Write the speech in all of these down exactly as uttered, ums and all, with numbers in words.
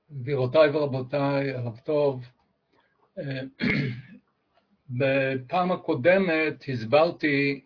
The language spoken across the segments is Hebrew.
גבירותיי ורבותיי, ערב טוב. בפעם הקודמת הסברתי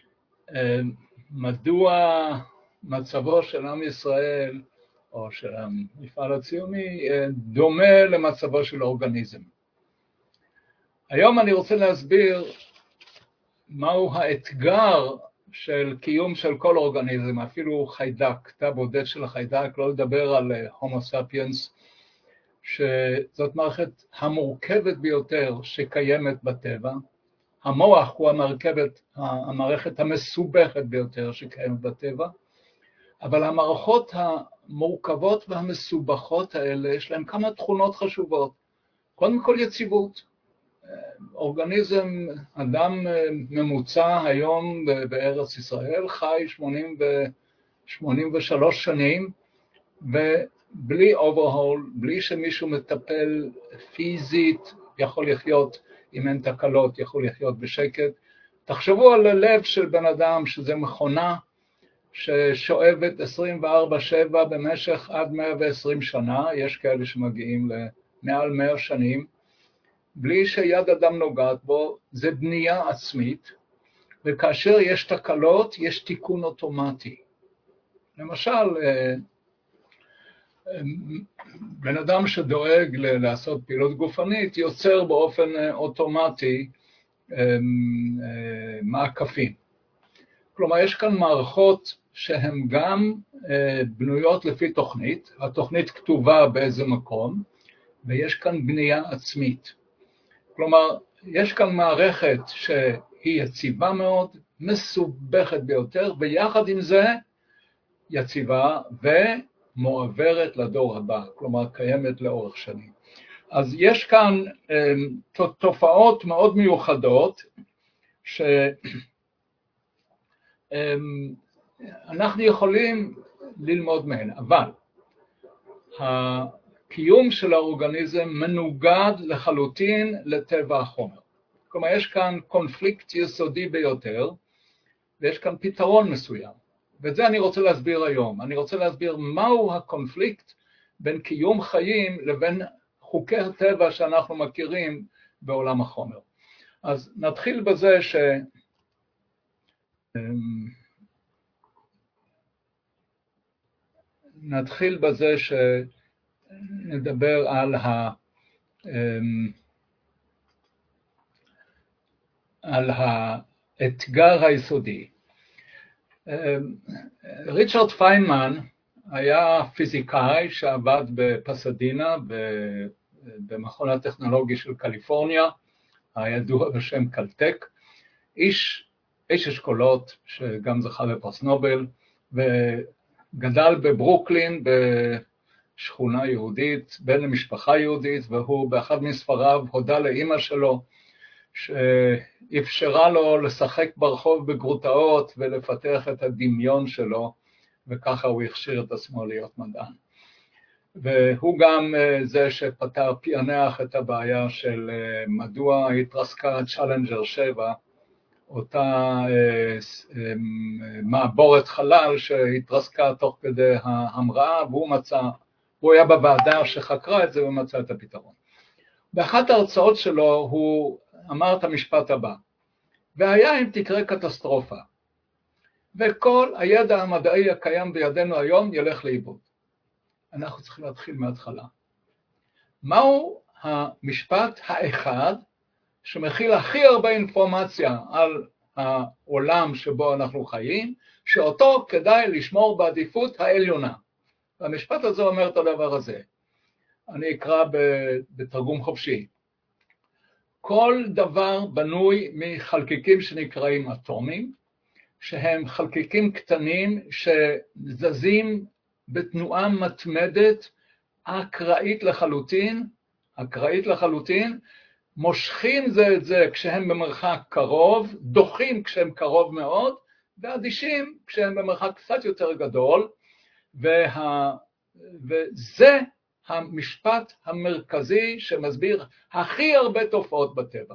מדוע מצבו של עם ישראל או של המפעל הציוני דומה למצבו של אורגניזם. היום אני רוצה להסביר מהו האתגר של קיום של כל אורגניזם, אפילו חיידק, תא בודד של החיידק, לא לדבר על הומו ספיאנס, שזאת מערכת המורכבת ביותר שקיימת בטבע. המוח הוא המרכבת, המערכת המסובכת ביותר שקיימת בטבע, אבל המערכות המורכבות והמסובכות האלה יש להן כמה תכונות חשובות. קודם כל יציבות. אורגניזם, אדם ממוצע היום בארץ ישראל, חי שמונים ושלוש שנים, ובלי אוברהול, בלי שמישהו מטפל פיזית, יכול לחיות, אם אין תקלות, יכול לחיות בשקט. תחשבו על הלב של בן אדם, שזה מכונה ששואבת עשרים וארבע שבע במשך עד מאה ועשרים שנה, יש כאלה שמגיעים למעל מאה שנים, בלי שיד אדם נוגעת בו, זה בנייה עצמית, וכאשר יש תקלות, יש תיקון אוטומטי. למשל, בן אדם שדואג לעשות פעילות גופנית, יוצר באופן אוטומטי מעקפים. כלומר, יש כאן מערכות שהן גם בנויות לפי תוכנית, התוכנית כתובה באיזה מקום, ויש כאן בנייה עצמית. כלומר, יש כאן מערכת שהיא יציבה מאוד, מסובכת ביותר, ויחד עם זה יציבה ומועברת לדור הבא, כלומר קיימת לאורך שנים. אז יש כאן תופעות מאוד מיוחדות שאנחנו יכולים ללמוד מהן, אבל הקיום של האורגניזם מנוגד לחלוטין לטבע החומר. כלומר, יש כאן קונפליקט יסודי ביותר, ויש כאן פתרון מסוים. ואת זה אני רוצה להסביר היום. אני רוצה להסביר מהו הקונפליקט בין קיום חיים לבין חוקי הטבע שאנחנו מכירים בעולם החומר. אז נתחיל בזה ש... נתחיל בזה ש... נדבר על ה... על האתגר היסודי. ריצ'רד פיינמן היה פיזיקאי שעבד בפסדינה, במכון הטכנולוגי של קליפורניה, הידוע בשם קלטק, איש, איש אשכולות שגם זכה לפרס נובל, וגדל בברוקלין, בשכונה יהודית, בן למשפחה יהודית, והוא באחד מספריו הודה לאמא שלו, שאפשרה לו לשחק ברחוב בגרוטאות ולפתח את הדמיון שלו, וככה הוא הכשיר את עצמו להיות מדען. והוא גם זה שפתר פענח את הבעיה של מדוע התרסקה צ'לנג'ר שבע, אותה מעבורת חלל שהתרסקה תוך כדי ההמראה, והוא מצא, הוא היה בוועדה שחקרה את זה ומצא את הפתרון. באחת ההרצאות שלו הוא אמר את המשפט הבא, והיה אם תקרה קטסטרופה, וכל הידע המדעי הקיים בידינו היום ילך לאיבוד. אנחנו צריכים להתחיל מההתחלה. מהו המשפט האחד שמכיל הכי הרבה אינפורמציה על העולם שבו אנחנו חיים, שאותו כדאי לשמור בעדיפות העליונה? והמשפט הזה אומר את הדבר הזה. אני אקרא בתרגום חופשי. כל דבר בנוי מחלקיקים שנקראים אטומים, שהם חלקיקים קטנים שזזים בתנועה מתמדת, אקראית לחלוטין, אקראית לחלוטין, מושכים זה את זה כשהם במרחק קרוב, דוחים כשהם קרוב מאוד, ואדישים כשהם במרחק קצת יותר גדול, וה... וזה המשפט המרכזי שמסביר הכי הרבה תופעות בטבע.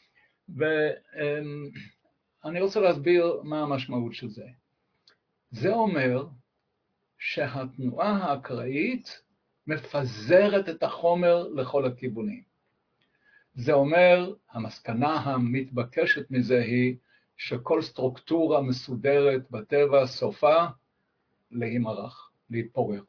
ואני רוצה להסביר מה המשמעות של זה. זה אומר שהתנועה האקראית מפזרת את החומר לכל הכיוונים. זה אומר, המסקנה המתבקשת מזה היא שכל סטרוקטורה מסודרת בטבע סופה להימרח, להתפורר.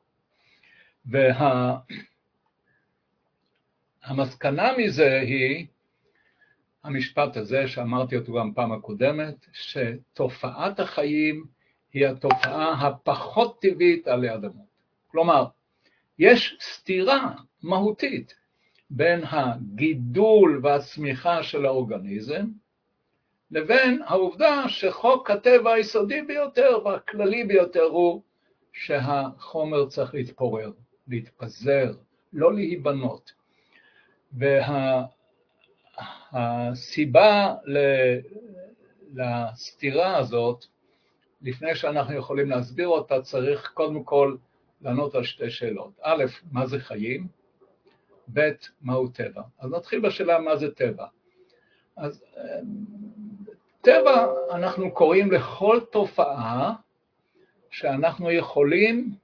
והמסקנה מזה היא, המשפט הזה שאמרתי אותו גם פעם הקודמת, שתופעת החיים היא התופעה הפחות טבעית עלי אדמות. כלומר, יש סתירה מהותית בין הגידול והצמיחה של האורגניזם, לבין העובדה שחוק הטבע היסודי ביותר והכללי ביותר הוא שהחומר צריך להתפורר, להתפזר, לא להיבנות. והסיבה לסתירה הזאת, לפני שאנחנו יכולים להסביר אותה, צריך קודם כל לענות על שתי שאלות. א', מה זה חיים? ב', מהו טבע? אז נתחיל בשאלה מה זה טבע. אז טבע אנחנו קוראים לכל תופעה שאנחנו יכולים,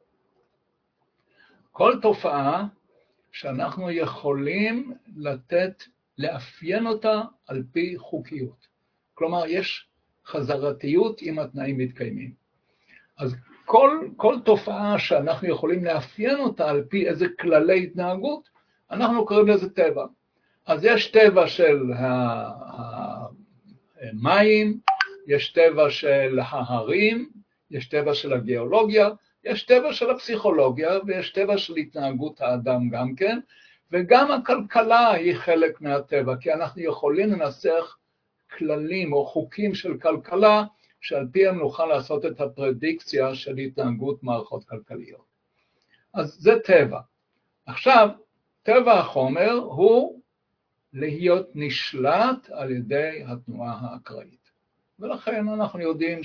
כל תופעה שאנחנו יכולים לתת, לאפיין אותה על פי חוקיות. כלומר, יש חזרתיות אם התנאים מתקיימים. אז כל, כל תופעה שאנחנו יכולים לאפיין אותה על פי איזה כללי התנהגות, אנחנו קוראים לזה טבע. אז יש טבע של המים, יש טבע של ההרים, יש טבע של הגיאולוגיה, יש טבע של הפסיכולוגיה, ויש טבע של התנהגות האדם גם כן, וגם הכלכלה היא חלק מהטבע, כי אנחנו יכולים לנסח כללים או חוקים של כלכלה, שעל פיהם נוכל לעשות את הפרדיקציה של התנהגות מערכות כלכליות. אז זה טבע. עכשיו, טבע החומר הוא להיות נשלט על ידי התנועה האקראית. ולכן אנחנו יודעים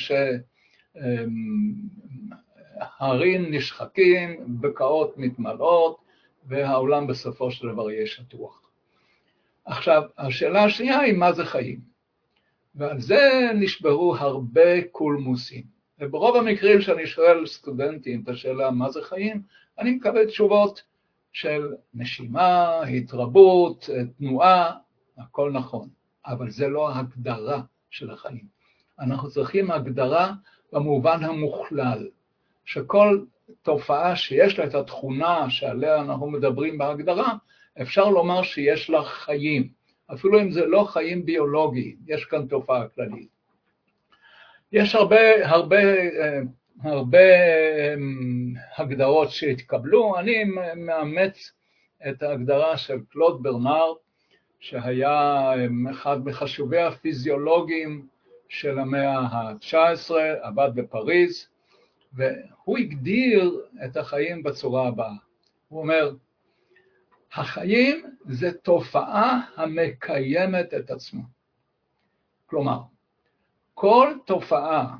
שהרים נשחקים, בקעות מתמלאות, והעולם בסופו של דבר יהיה שטוח. עכשיו, השאלה השנייה היא מה זה חיים. ועל זה נשברו הרבה קולמוסים. וברוב המקרים שאני שואל סטודנטים את השאלה מה זה חיים, אני מקבל תשובות של נשימה, התרבות, תנועה, הכל נכון. אבל זה לא ההגדרה של החיים. אנחנו צריכים הגדרה במובן המוכלל, שכל תופעה שיש לה את התכונה שעליה אנחנו מדברים בהגדרה, אפשר לומר שיש לה חיים. אפילו אם זה לא חיים ביולוגיים, יש כאן תופעה כללית. יש הרבה, הרבה, הרבה הגדרות שהתקבלו. אני מאמץ את ההגדרה של קלוד ברנארד, שהיה אחד מחשובי הפיזיולוגים של המאה ה-תשע עשרה, עבד בפריז, והוא הגדיר את החיים בצורה הבאה. הוא אומר, החיים זה תופעה המקיימת את עצמה. כלומר, כל תופעה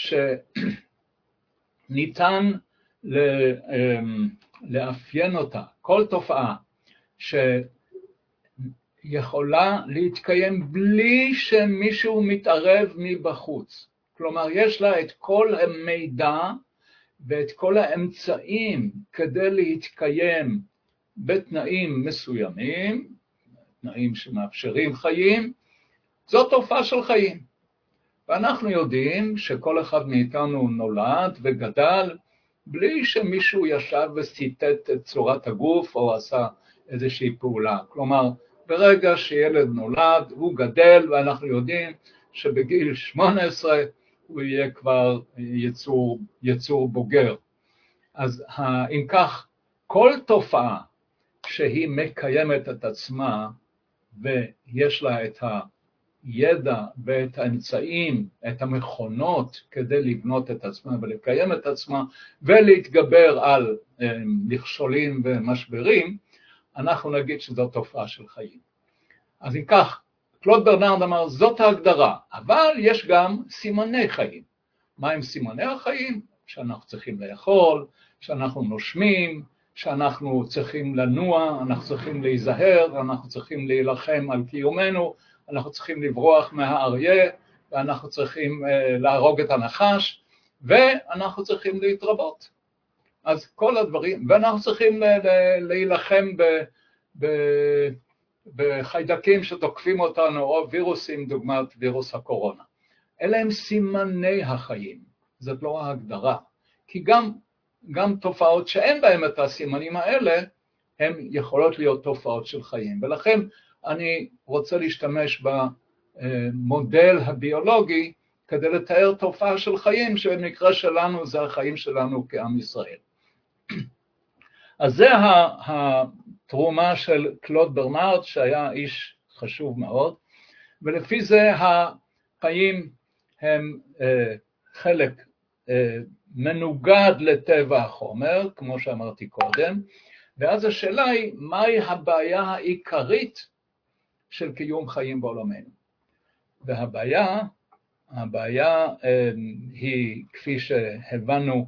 שניתן לאפיין אותה, כל תופעה שיכולה להתקיים בלי שמישהו מתערב מבחוץ, כלומר יש לה את כל המידע ואת כל האמצעים כדי להתקיים בתנאים מסוימים, תנאים שמאפשרים חיים, זו תופעה של חיים. ואנחנו יודעים שכל אחד מאיתנו נולד וגדל, בלי שמישהו ישב וסיטט את צורת הגוף או עשה איזושהי פעולה. כלומר, ברגע שילד נולד, הוא גדל, ואנחנו יודעים שבגיל שמונה עשרה הוא יהיה כבר יצור, יצור בוגר. אז אם כך, כל תופעה שהיא מקיימת את עצמה, ויש לה את הידע ואת האמצעים, את המכונות כדי לבנות את עצמה ולקיים את עצמה, ולהתגבר על מכשולים ומשברים, אנחנו נגיד שזו תופעה של חיים. אז אם כך, קלוד ברנארד אמר, זאת ההגדרה, אבל יש גם סימני חיים. מה הם סימני החיים? שאנחנו צריכים לאכול, שאנחנו נושמים, שאנחנו צריכים לנוע, אנחנו צריכים להיזהר, אנחנו צריכים להילחם על קיומנו, אנחנו צריכים לברוח מהאריה, ואנחנו צריכים להרוג את הנחש, ואנחנו צריכים להתרבות. אז כל הדברים, ואנחנו צריכים להילחם ב, ב, בחיידקים שתוקפים אותנו, או וירוסים, דוגמת וירוס הקורונה. אלה הם סימני החיים, זאת לא ההגדרה, כי גם, גם תופעות שאין בהם את הסימנים האלה, הן יכולות להיות תופעות של חיים, ולכן אני רוצה להשתמש במודל הביולוגי, כדי לתאר תופעה של חיים, שבמקרה שלנו זה החיים שלנו כעם ישראל. אז זה התרומה של קלוד ברנארד, שהיה איש חשוב מאוד, ולפי זה החיים הם אה, חלק אה, מנוגד לטבע החומר, כמו שאמרתי קודם, ואז השאלה היא, מהי הבעיה העיקרית של קיום חיים בעולמנו? והבעיה, הבעיה אה, היא, כפי שהבנו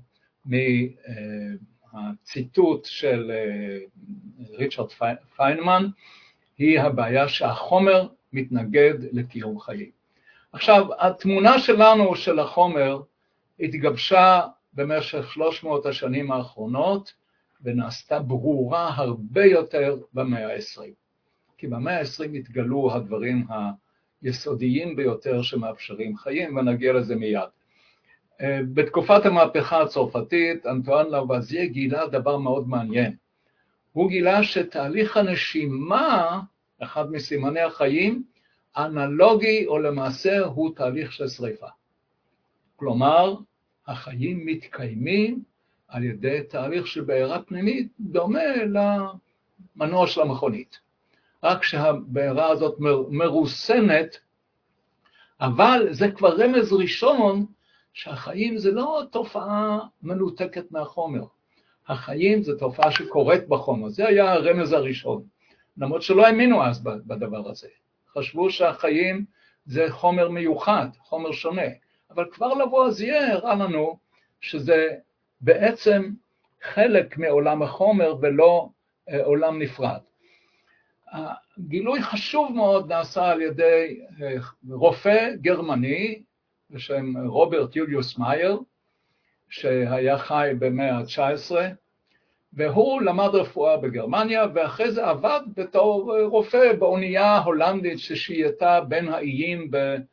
מהציטוט של אה, ריצ'רד פיינמן, היא הבעיה שהחומר מתנגד לקיום חיים. עכשיו, התמונה שלנו של החומר התגבשה במשך שלוש מאות השנים האחרונות, ונעשתה ברורה הרבה יותר במאה ה-עשרים. כי במאה ה-עשרים התגלו הדברים היסודיים ביותר שמאפשרים חיים, ונגיע לזה מיד. בתקופת המהפכה הצרפתית, אנטואן לאבואזייה גילה דבר מאוד מעניין. הוא גילה שתהליך הנשימה, אחד מסימני החיים, אנלוגי או למעשה הוא תהליך של שריפה. כלומר, החיים מתקיימים על ידי תהליך של בעירה פנימית דומה למנוע של המכונית. רק שהבעירה הזאת מרוסנת, אבל זה כבר רמז ראשון שהחיים זה לא תופעה מנותקת מהחומר. החיים זה תופעה שקורית בחומר, זה היה הרמז הראשון. למרות שלא האמינו אז בדבר הזה. חשבו שהחיים זה חומר מיוחד, חומר שונה. אבל כבר לאבואזייה הראה לנו שזה בעצם חלק מעולם החומר ולא אה, עולם נפרד. הגילוי חשוב מאוד נעשה על ידי אה, רופא גרמני בשם רוברט יוליוס מאייר, שהיה חי במאה ה-תשע עשרה, והוא למד רפואה בגרמניה, ואחרי זה עבד בתור רופא באונייה הולנדית ששייתה בין האיים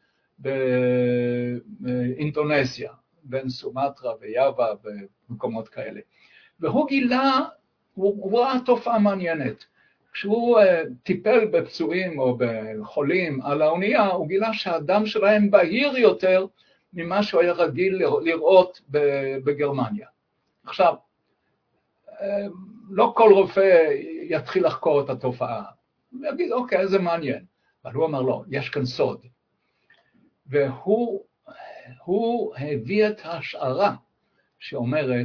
באינדונזיה, בין סומטרה ויאבה ומקומות כאלה. והוא גילה, הוא, הוא ראה תופעה מעניינת. כשהוא טיפל בפצועים או בחולים על האונייה, הוא גילה שהדם שלהם בהיר יותר ממה שהוא היה רגיל לראות בגרמניה. עכשיו, לא כל רופא יתחיל לחקור את התופעה. הוא יגיד, אוקיי, זה מעניין. אבל הוא אמר, לא, יש כאן סוד. והוא הוא הביא את ההשערה שאומרת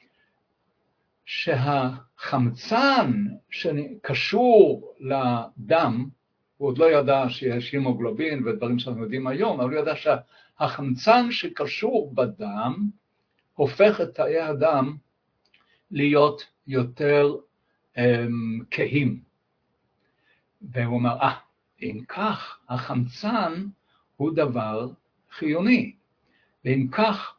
שהחמצן שקשור לדם, הוא עוד לא ידע שיש הימוגלובין ודברים שאנחנו יודעים היום, אבל הוא ידע שהחמצן שקשור בדם הופך את תאי הדם להיות יותר um, כהים. והוא אומר, אה, אם כך, החמצן הוא דבר חיוני. ואם כך,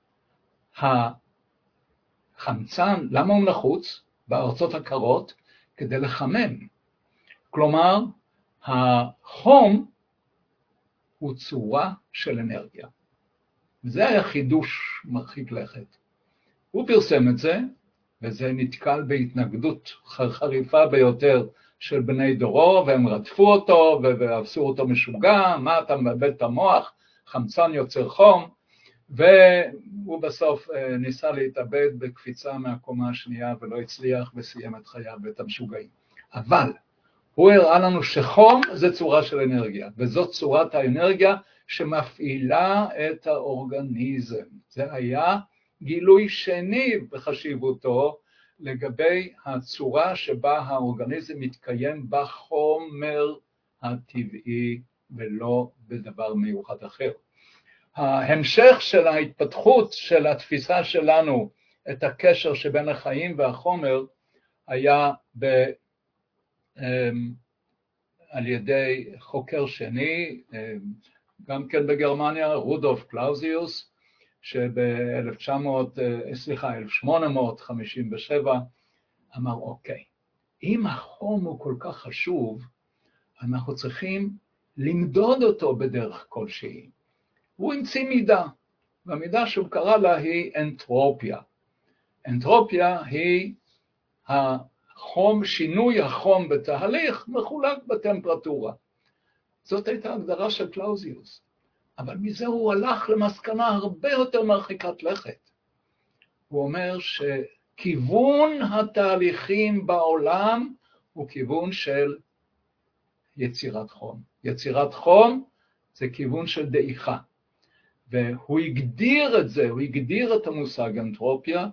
החמצן, למה הוא נחוץ בארצות הקרות? כדי לחמם. כלומר, החום הוא צורה של אנרגיה. וזה היה חידוש מרחיק לכת. הוא פרסם את זה, וזה נתקל בהתנגדות חריפה ביותר של בני דורו, והם רדפו אותו, ועשו אותו משוגע, מה אתה מבלבל את המוח, חמצן יוצר חום, והוא בסוף ניסה להתאבד בקפיצה מהקומה השנייה, ולא הצליח וסיים את חייו ואת המשוגעים. אבל הוא הראה לנו שחום זה צורה של אנרגיה, וזאת צורת האנרגיה שמפעילה את האורגניזם. זה היה גילוי שני בחשיבותו לגבי הצורה שבה האורגניזם מתקיים בחומר הטבעי ולא בדבר מיוחד אחר. ההמשך של ההתפתחות של התפיסה שלנו את הקשר שבין החיים והחומר היה ב, על ידי חוקר שני, גם כן בגרמניה, רודולף קלאוזיוס, שב-אלף תשע מאות, סליחה, אלף שמונה מאות חמישים ושבע אמר, אוקיי, אם החום הוא כל כך חשוב, אנחנו צריכים למדוד אותו בדרך כלשהי. הוא המציא מידה, והמידה שהוא קרא לה היא אנטרופיה. אנטרופיה היא החום, שינוי החום בתהליך מחולק בטמפרטורה. זאת הייתה הגדרה של קלאוזיוס. אבל מזה הוא הלך למסקנה הרבה יותר מרחיקת לכת. הוא אומר שכיוון התהליכים בעולם הוא כיוון של יצירת חום. יצירת חום זה כיוון של דעיכה. והוא הגדיר את זה, הוא הגדיר את המושג אנטרופיה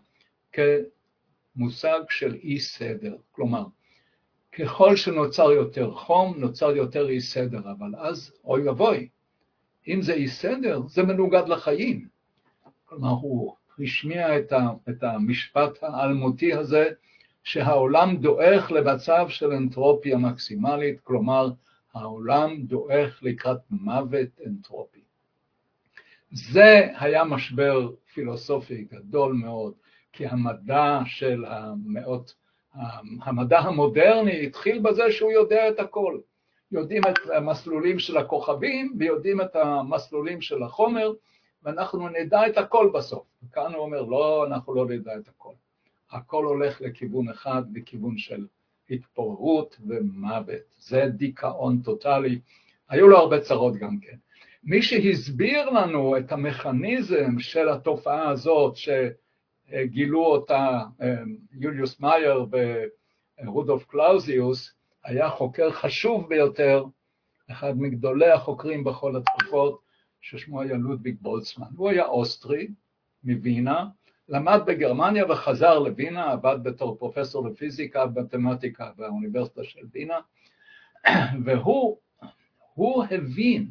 כמושג של אי סדר. כלומר, ככל שנוצר יותר חום, נוצר יותר אי סדר, אבל אז אוי ואבוי. אם זה אי סדר, זה מנוגד לחיים. כלומר, הוא השמיע את, ה, את המשפט האלמותי הזה, שהעולם דועך למצב של אנטרופיה מקסימלית, כלומר, העולם דועך לקראת מוות אנטרופי. זה היה משבר פילוסופי גדול מאוד, כי המדע של המאות, המדע המודרני התחיל בזה שהוא יודע את הכל. יודעים את המסלולים של הכוכבים ויודעים את המסלולים של החומר, ואנחנו נדע את הכל בסוף. וכאן הוא אומר, לא, אנחנו לא נדע את הכל. הכל הולך לכיוון אחד, לכיוון של התפוררות ומוות. זה דיכאון טוטלי. היו לו הרבה צרות גם כן. מי שהסביר לנו את המכניזם של התופעה הזאת, שגילו אותה יוליוס מאייר ורודולף קלאוזיוס, היה חוקר חשוב ביותר, אחד מגדולי החוקרים בכל התקופות, ששמו היה לודוויג בולצמן. הוא היה אוסטרי, מווינה, למד בגרמניה וחזר לווינה, עבד בתור פרופסור לפיזיקה ומתמטיקה באוניברסיטה של וינה, והוא הוא הבין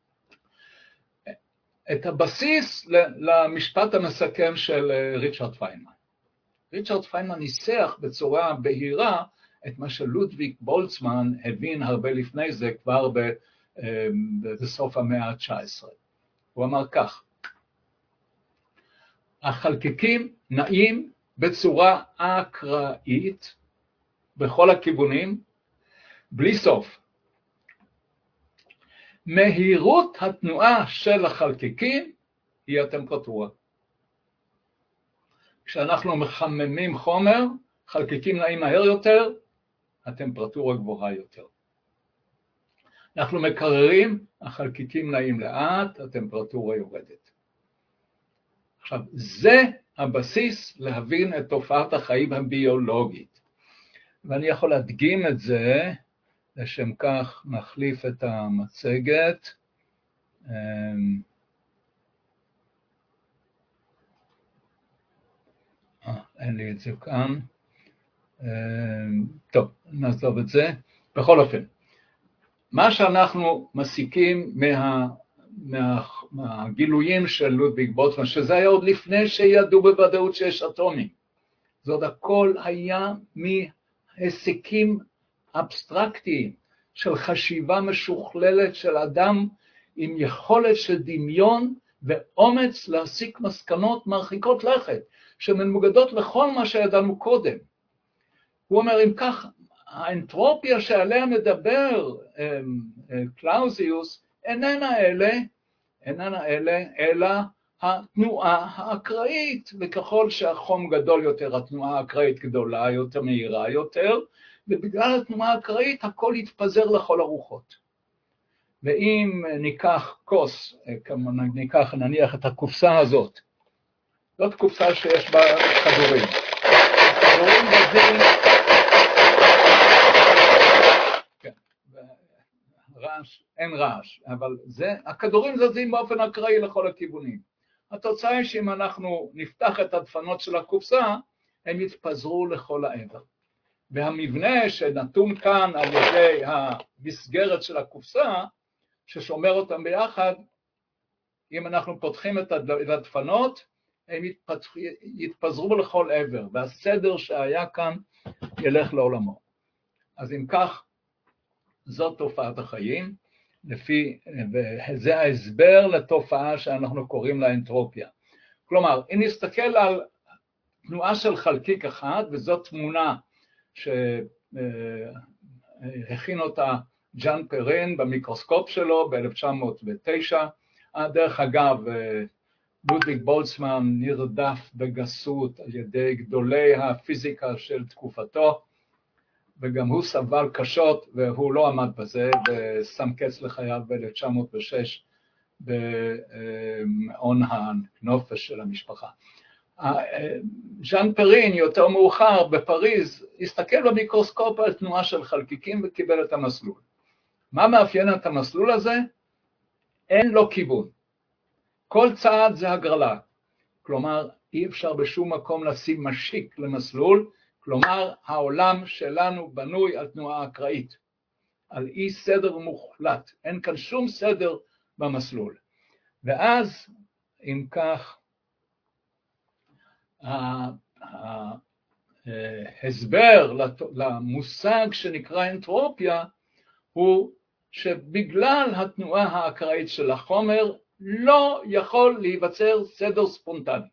את הבסיס למשפט המסכם של ריצ'רד פיינמן. ריצ'רד פיינמן ניסח בצורה בהירה את מה שלודוויג בולצמן הבין הרבה לפני זה, כבר ב, בסוף המאה ה-תשע עשרה. הוא אמר כך, החלקיקים נעים בצורה אקראית בכל הכיוונים, בלי סוף. מהירות התנועה של החלקיקים היא הטמפרטורה. כשאנחנו מחממים חומר, חלקיקים נעים מהר יותר, הטמפרטורה גבוהה יותר. אנחנו מקררים, החלקיקים נעים לאט, הטמפרטורה יורדת. עכשיו, זה הבסיס להבין את תופעת החיים הביולוגית. ואני יכול להדגים את זה, לשם כך נחליף את המצגת. אה, אין לי את זה כאן. טוב, נעזוב את זה. בכל אופן, מה שאנחנו מסיקים מה, מה, מהגילויים של לודוויג בולצמן, שזה היה עוד לפני שידעו בוודאות שיש אטומים. זאת הכל היה מהסיקים אבסטרקטיים של חשיבה משוכללת של אדם עם יכולת של דמיון ואומץ להסיק מסקנות מרחיקות לכת, שמנוגדות לכל מה שידענו קודם. הוא אומר, אם כך, האנטרופיה שעליה מדבר קלאוזיוס, איננה אלה, איננה אלה, אלא התנועה האקראית, וככל שהחום גדול יותר, התנועה האקראית גדולה יותר, מהירה יותר, ובגלל התנועה האקראית הכל יתפזר לכל הרוחות. ואם ניקח כוס, ניקח נניח את הקופסה הזאת, זאת קופסה שיש בה כדורים. כדורים בזים, כן, רעש, אין רעש, אבל זה, הכדורים זזים באופן אקראי לכל הכיוונים. התוצאה היא שאם אנחנו נפתח את הדפנות של הקופסה, הם יתפזרו לכל העבר. והמבנה שנתון כאן על ידי המסגרת של הקופסה, ששומר אותם ביחד, אם אנחנו פותחים את הדפנות, הם יתפזרו לכל עבר, והסדר שהיה כאן ילך לעולמו. אז אם כך, זאת תופעת החיים, לפי, וזה ההסבר לתופעה שאנחנו קוראים לה אנטרופיה. כלומר, אם נסתכל על תנועה של חלקיק אחד, וזאת תמונה שהכין אותה ז'אן פרן במיקרוסקופ שלו ב-אלף תשע מאות ותשע, דרך אגב, לודוויג בולצמן נרדף בגסות על ידי גדולי הפיזיקה של תקופתו, וגם הוא סבל קשות והוא לא עמד בזה ושם קץ לחייו ב-אלף תשע מאות ושש במעון הנופש של המשפחה. ז'אן פרין יותר מאוחר בפריז הסתכל במיקרוסקופ על תנועה של חלקיקים וקיבל את המסלול. מה מאפיין את המסלול הזה? אין לו כיוון. כל צעד זה הגרלה. כלומר, אי אפשר בשום מקום לשים משיק למסלול, כלומר, העולם שלנו בנוי על תנועה אקראית, על אי סדר מוחלט, אין כאן שום סדר במסלול. ואז, אם כך, ההסבר למושג שנקרא אנטרופיה, הוא שבגלל התנועה האקראית של החומר, לא יכול להיווצר סדר ספונטני.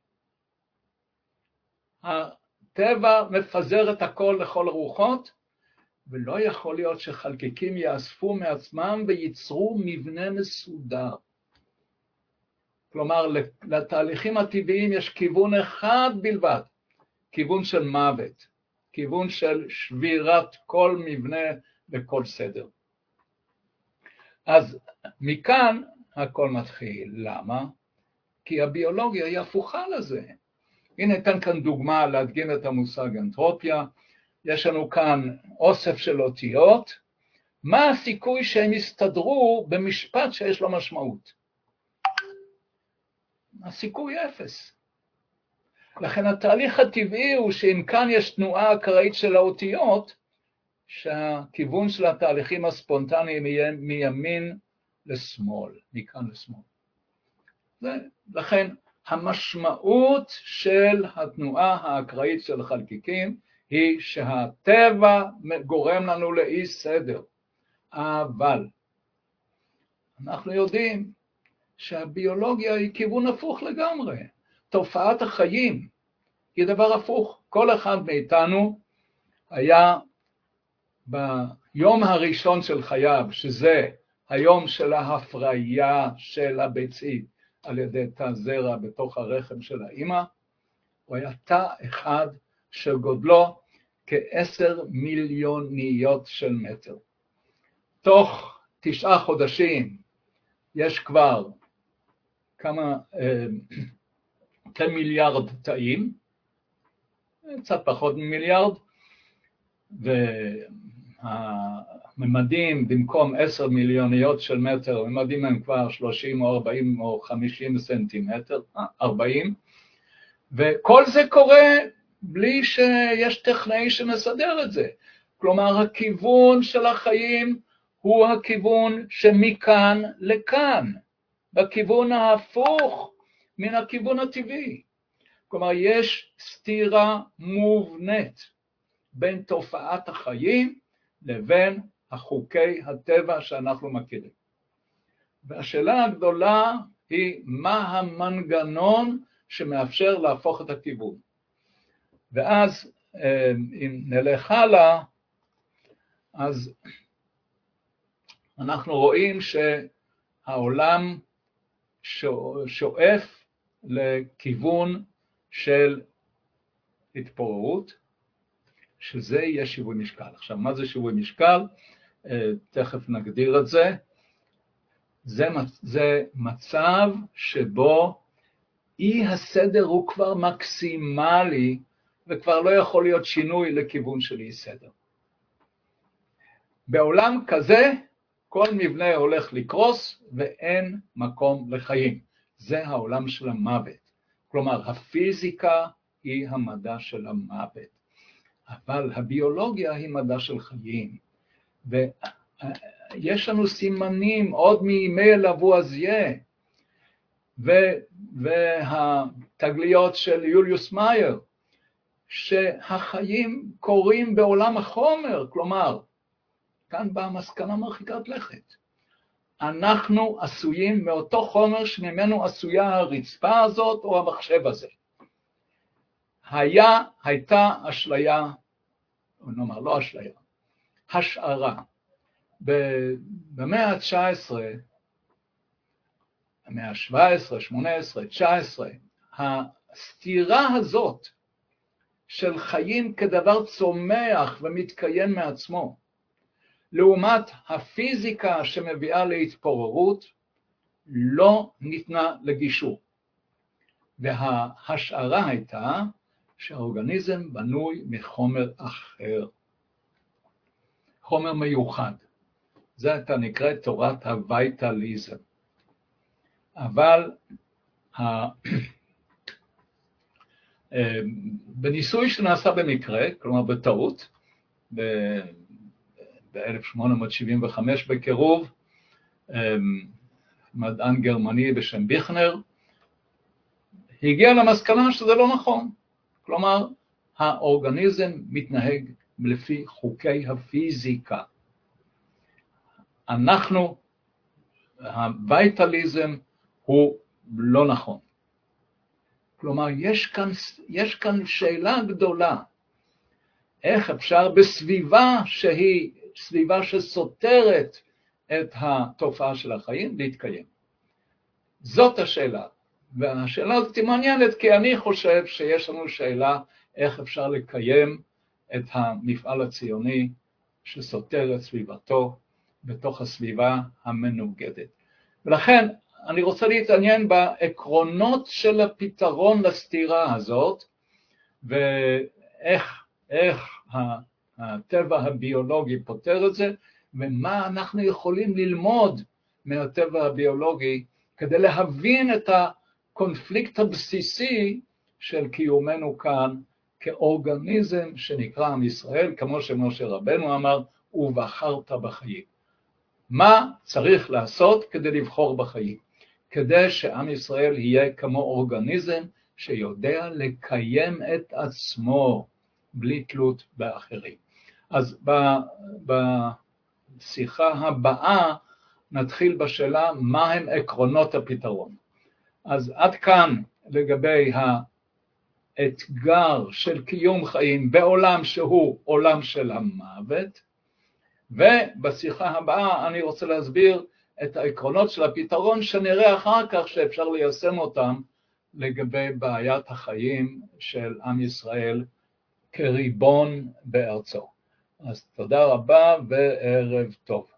הטבע מפזר את הכל לכל הרוחות, ולא יכול להיות שחלקיקים יאספו מעצמם וייצרו מבנה מסודר. כלומר, לתהליכים הטבעיים יש כיוון אחד בלבד, כיוון של מוות, כיוון של שבירת כל מבנה וכל סדר. אז מכאן הכל מתחיל. למה? כי הביולוגיה היא הפוכה לזה. הנה אתן כאן דוגמה להדגים את המושג אנטרופיה. יש לנו כאן אוסף של אותיות. מה הסיכוי שהם יסתדרו במשפט שיש לו משמעות? הסיכוי אפס. לכן התהליך הטבעי הוא שאם כאן יש תנועה אקראית של האותיות, שהכיוון של התהליכים הספונטניים יהיה מימין לשמאל, מכאן לשמאל. לכן המשמעות של התנועה האקראית של החלקיקים היא שהטבע גורם לנו לאי סדר. אבל אנחנו יודעים שהביולוגיה היא כיוון הפוך לגמרי. תופעת החיים היא דבר הפוך. כל אחד מאיתנו היה ביום הראשון של חייו, שזה היום של ההפריה של הביצית על ידי תא זרע בתוך הרחם של האמא, הוא היה תא אחד שגודלו כעשר מיליוניות של מטר. תוך תשעה חודשים יש כבר כמה, אה, כמיליארד תאים, קצת פחות ממיליארד, והממדים במקום עשר מיליוניות של מטר, הממדים הם כבר שלושים או ארבעים או חמישים סנטימטר, ארבעים, וכל זה קורה בלי שיש טכנאי שמסדר את זה. כלומר, הכיוון של החיים הוא הכיוון שמכאן לכאן, בכיוון ההפוך מן הכיוון הטבעי. כלומר, יש סתירה מובנית בין תופעת החיים לבין החוקי הטבע שאנחנו מכירים. והשאלה הגדולה היא מה המנגנון שמאפשר להפוך את הכיוון. ואז אם נלך הלאה, אז אנחנו רואים שהעולם שואף לכיוון של התפוררות, שזה יהיה שיווי משקל. עכשיו, מה זה שיווי משקל? תכף נגדיר את זה. זה, זה מצב שבו אי הסדר הוא כבר מקסימלי, וכבר לא יכול להיות שינוי לכיוון של אי סדר. בעולם כזה, כל מבנה הולך לקרוס ואין מקום לחיים. זה העולם של המוות. כלומר, הפיזיקה היא המדע של המוות. אבל הביולוגיה היא מדע של חיים. ויש לנו סימנים עוד מימי לבואזיה, והתגליות של יוליוס מאייר, שהחיים קורים בעולם החומר, כלומר, כאן באה מסקנה מרחיקת לכת. אנחנו עשויים מאותו חומר שממנו עשויה הרצפה הזאת או המחשב הזה. היה, הייתה אשליה, או נאמר לא אשליה, השערה. במאה ה-תשע עשרה, המאה ה-שבע עשרה, שמונה עשרה, תשע עשרה, הסתירה הזאת של חיים כדבר צומח ומתקיים מעצמו, לעומת הפיזיקה שמביאה להתפוררות, לא ניתנה לגישור. וההשערה הייתה שהאורגניזם בנוי מחומר אחר, חומר מיוחד. זה הייתה נקראת תורת הוויטליזם. אבל בניסוי שנעשה במקרה, כלומר בטעות, ב-אלף שמונה מאות שבעים וחמש בקירוב, מדען גרמני בשם ביכנר, הגיע למסקנה שזה לא נכון. כלומר, האורגניזם מתנהג לפי חוקי הפיזיקה. אנחנו, הוויטליזם הוא לא נכון. כלומר, יש כאן, יש כאן שאלה גדולה. איך אפשר בסביבה שהיא סביבה שסותרת את התופעה של החיים להתקיים? זאת השאלה. והשאלה הזאת היא מעניינת, כי אני חושב שיש לנו שאלה איך אפשר לקיים את המפעל הציוני שסותר את סביבתו בתוך הסביבה המנוגדת. ולכן אני רוצה להתעניין בעקרונות של הפתרון לסתירה הזאת, ואיך איך הטבע הביולוגי פותר את זה, ומה אנחנו יכולים ללמוד מהטבע הביולוגי כדי להבין את הקונפליקט הבסיסי של קיומנו כאן כאורגניזם שנקרא עם ישראל, כמו שמשה רבנו אמר, ובחרת בחיים. מה צריך לעשות כדי לבחור בחיים? כדי שעם ישראל יהיה כמו אורגניזם שיודע לקיים את עצמו בלי תלות באחרים. אז בשיחה הבאה נתחיל בשאלה מה הם עקרונות הפתרון. אז עד כאן לגבי האתגר של קיום חיים בעולם שהוא עולם של המוות, ובשיחה הבאה אני רוצה להסביר את העקרונות של הפתרון שנראה אחר כך שאפשר ליישם אותם לגבי בעיית החיים של עם ישראל כריבון בארצו. אז תודה רבה וערב טוב.